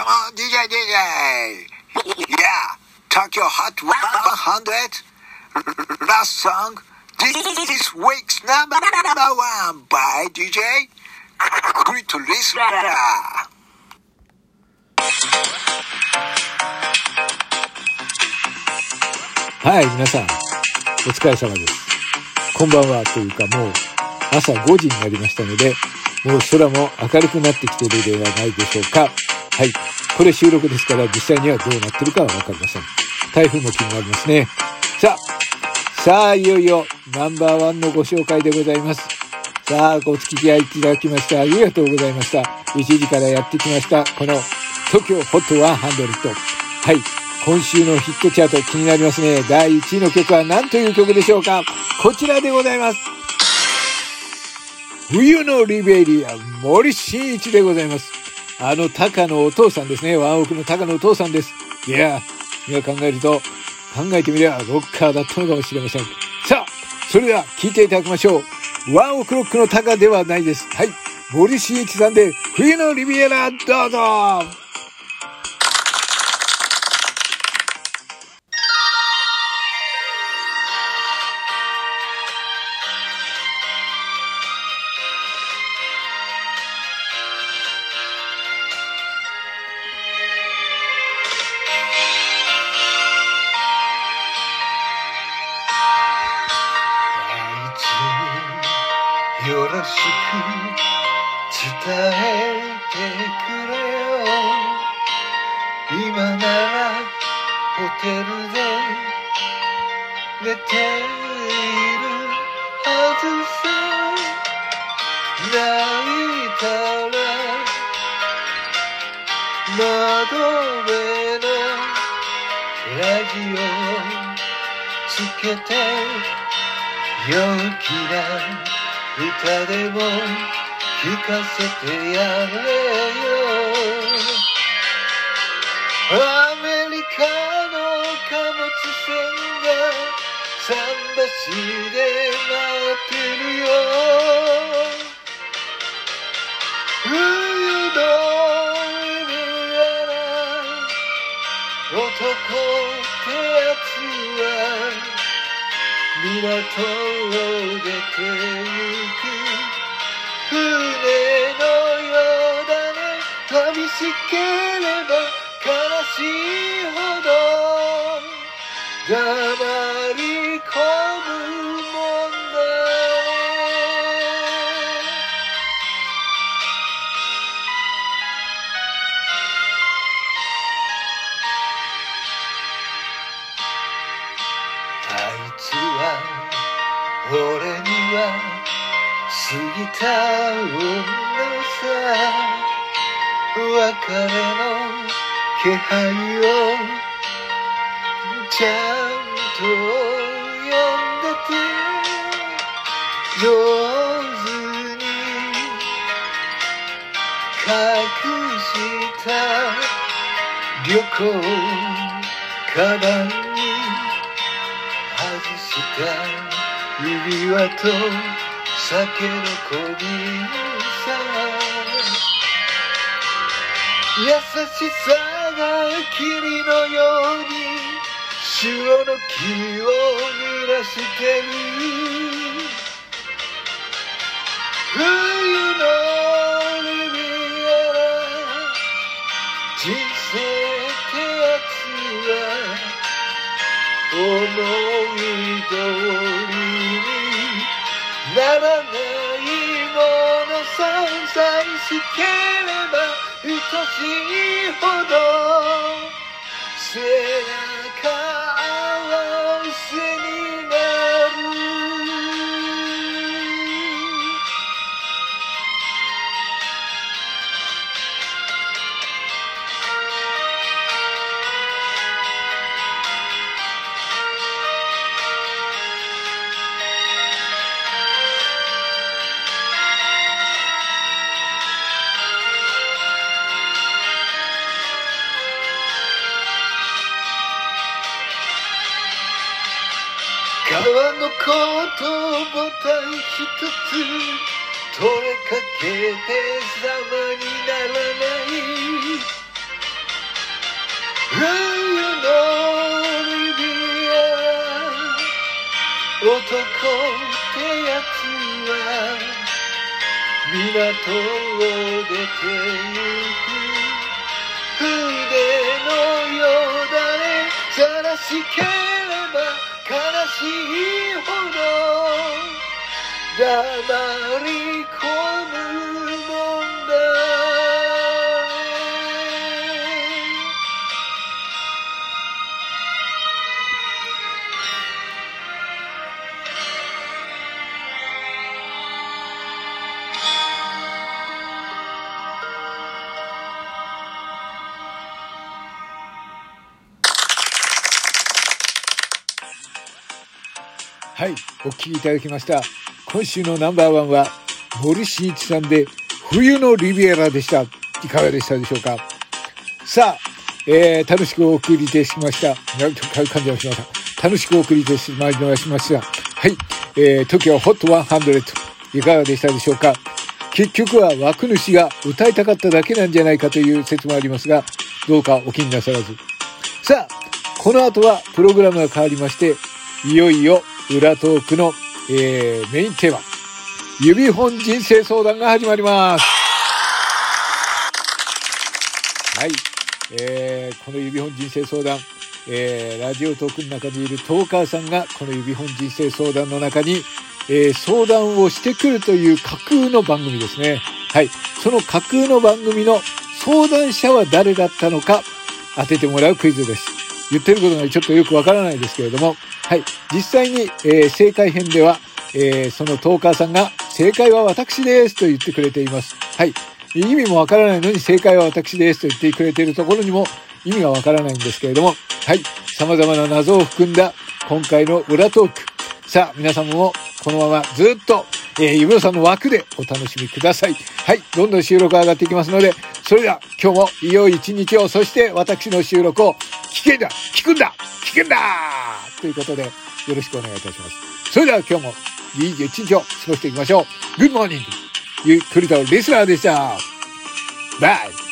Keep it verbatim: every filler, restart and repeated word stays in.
Come on, D J, D J. Yeah, Tokyo Hot one hundred. Last song. This week's number one by ディージェー Great Listener. はい、皆さん、お疲れ様です。こんばんはというか、もう朝ごじになりましたので、もう空も明るくなってきているではないでしょうか。はい、これ収録ですから実際にはどうなってるかはわかりません。台風も気になりますね。さあ、さあいよいよナンバーワンのご紹介でございます。さあ、ご付き合いいただきましてありがとうございました。いちじからやってきましたこの Tokyo Hot ひゃく。はい、今週のヒットチャート気になりますね。だいいちいの曲は何という曲でしょうか。こちらでございます。冬のリベリア、森進一でございます。あのタカのお父さんですね。ワンオクのタカのお父さんです。いや、今考えると、考えてみればロッカーだったのかもしれません。さあ、それでは聴いていただきましょう。ワンオクロックのタカではないです。はい、森進一さんで冬のリベリア、どうぞ。 よろしく伝えてくれよ。今ならホテルで寝ているはずさ。泣いたら窓辺のラジオをつけて陽気な歌でも聞かせてやれよ。アメリカの貨物船が桟橋で待ってるよ。冬のリビアラ、男ってやつは港を出てゆく船のようだね。寂しければ悲しいほど黙り込むもんだね。あいつは俺には過ぎた女さ。別れの気配をちゃんと読んでて、上手に隠した旅行カバンに外した指輪と酒の小瓶さ。優しさが君のように潮の気を濡らしてる。冬のリビアラ、人生ってやつは思い通りにならないものさ。寂しければ愛しいほど背中合わせになる。川のコートボタン一つ取れかけて様にならない。 男ってやつは港を出てゆく船のよだれざらしければ悲しいほど黙り込むもんだ。 はい、お聴きいただきました。今週のナンバーワンは森進一さんで冬のリビエラでした。いかがでしたでしょうか。さあ、えー、楽しくお送りいたしました。噛んでしまった。楽しくお送りいたしまいました。はい、えー、TOKIO ホットひゃくいかがでしたでしょうか。結局は枠主が歌いたかっただけなんじゃないかという説もありますが、どうかお気になさらず。さあ、この後はプログラムが変わりまして、いよいよ裏トークの、えー、メインテーマ、指本人生相談が始まります。はい、えー、この指本人生相談、えー、ラジオトークの中にいるトーカーさんがこの指本人生相談の中に、えー、相談をしてくるという架空の番組ですね。はい、その架空の番組の相談者は誰だったのか当ててもらうクイズです。言ってることがちょっとよくわからないですけれども、はい、実際に、えー、正解編では、えー、そのトーカーさんが正解は私ですと言ってくれています。はい、意味もわからないのに正解は私ですと言ってくれているところにも意味がわからないんですけれども、はい、様々な謎を含んだ今回の裏トーク。さあ、皆さんもこのままずっと、えー、指尾さんの枠でお楽しみください。はい、どんどん収録上がっていきますので、それでは今日も良い一日を、そして私の収録を聞けんだ聞くんだ聞けんだということでよろしくお願いいたします。それでは今日もいい一日を過ごしていきましょう。グッドモーニング、ゆっくりとリスナーでした。バイ。